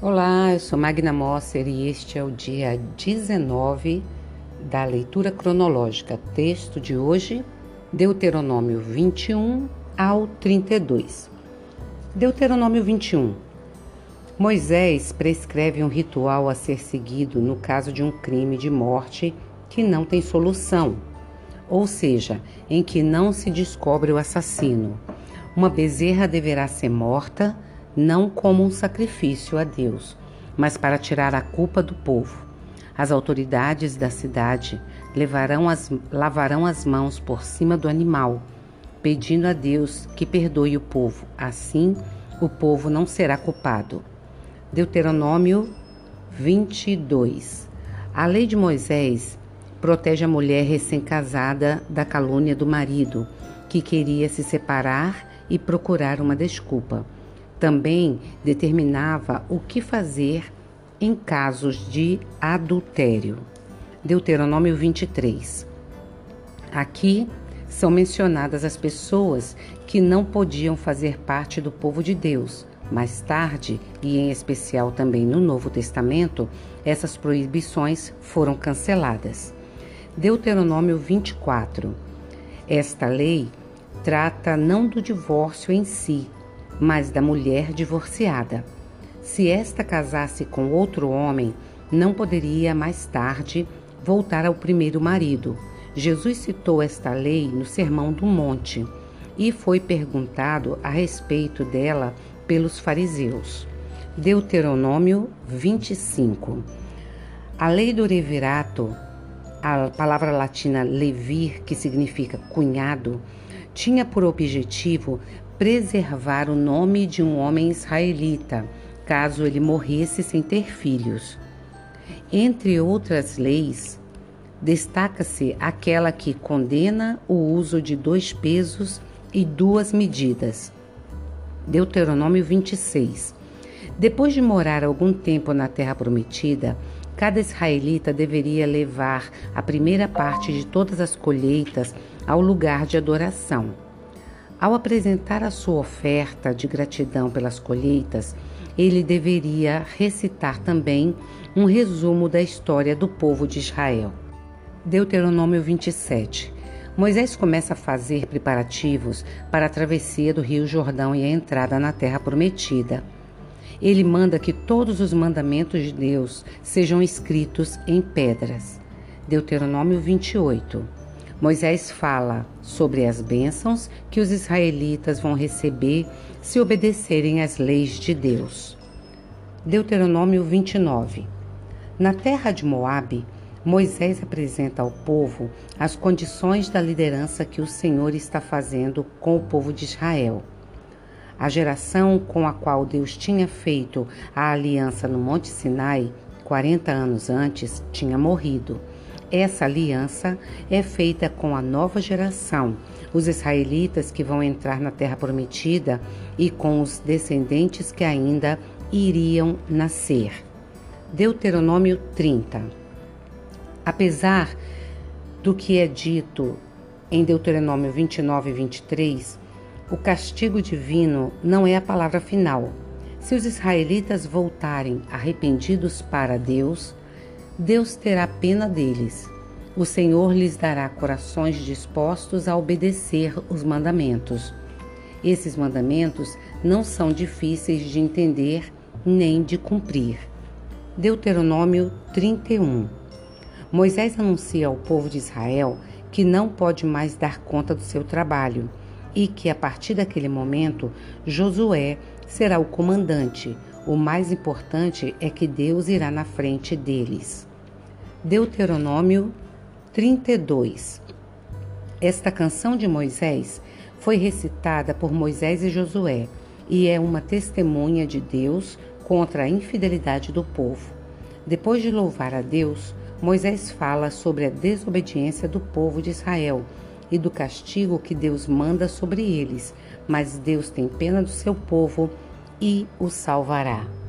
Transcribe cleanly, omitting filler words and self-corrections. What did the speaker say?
Olá, eu sou Magna Mosser e este é o dia 19 da leitura cronológica. Texto de hoje, Deuteronômio 21 ao 32. Deuteronômio 21. Moisés prescreve um ritual a ser seguido no caso de um crime de morte que não tem solução, ou seja, em que não se descobre o assassino. Uma bezerra deverá ser morta, não como um sacrifício a Deus, mas para tirar a culpa do povo. As autoridades da cidade lavarão as mãos por cima do animal, pedindo a Deus que perdoe o povo. Assim, o povo não será culpado. Deuteronômio 22. A lei de Moisés protege a mulher recém-casada da calúnia do marido, que queria se separar e procurar uma desculpa. Também determinava o que fazer em casos de adultério. Deuteronômio 23. Aqui são mencionadas as pessoas que não podiam fazer parte do povo de Deus. Mais tarde, e em especial também no Novo Testamento, essas proibições foram canceladas. Deuteronômio 24. Esta lei trata não do divórcio em si, mas da mulher divorciada. Se esta casasse com outro homem, não poderia mais tarde voltar ao primeiro marido. Jesus citou esta lei no Sermão do Monte e foi perguntado a respeito dela pelos fariseus. Deuteronômio 25. A lei do levirato, a palavra latina levir, que significa cunhado, tinha por objetivo preservar o nome de um homem israelita, caso ele morresse sem ter filhos. Entre outras leis, destaca-se aquela que condena o uso de 2 pesos e 2 medidas. Deuteronômio 26. Depois de morar algum tempo na terra prometida, cada israelita deveria levar a primeira parte de todas as colheitas ao lugar de adoração. Ao apresentar a sua oferta de gratidão pelas colheitas, ele deveria recitar também um resumo da história do povo de Israel. Deuteronômio 27. Moisés começa a fazer preparativos para a travessia do Rio Jordão e a entrada na Terra Prometida. Ele manda que todos os mandamentos de Deus sejam escritos em pedras. Deuteronômio 28. Moisés fala sobre as bênçãos que os israelitas vão receber se obedecerem às leis de Deus. Deuteronômio 29. Na terra de Moabe, Moisés apresenta ao povo as condições da liderança que o Senhor está fazendo com o povo de Israel. A geração com a qual Deus tinha feito a aliança no Monte Sinai, 40 anos antes, tinha morrido. Essa aliança é feita com a nova geração, os israelitas que vão entrar na Terra Prometida e com os descendentes que ainda iriam nascer. Deuteronômio 30. Apesar do que é dito em Deuteronômio 29 e 23, o castigo divino não é a palavra final. Se os israelitas voltarem arrependidos para Deus, Deus terá pena deles. O Senhor lhes dará corações dispostos a obedecer os mandamentos. Esses mandamentos não são difíceis de entender nem de cumprir. Deuteronômio 31. Moisés anuncia ao povo de Israel que não pode mais dar conta do seu trabalho e que, a partir daquele momento, Josué será o comandante. O mais importante é que Deus irá na frente deles. Deuteronômio 32. Esta canção de Moisés foi recitada por Moisés e Josué e é uma testemunha de Deus contra a infidelidade do povo. Depois de louvar a Deus, Moisés fala sobre a desobediência do povo de Israel e do castigo que Deus manda sobre eles, mas Deus tem pena do seu povo e o salvará.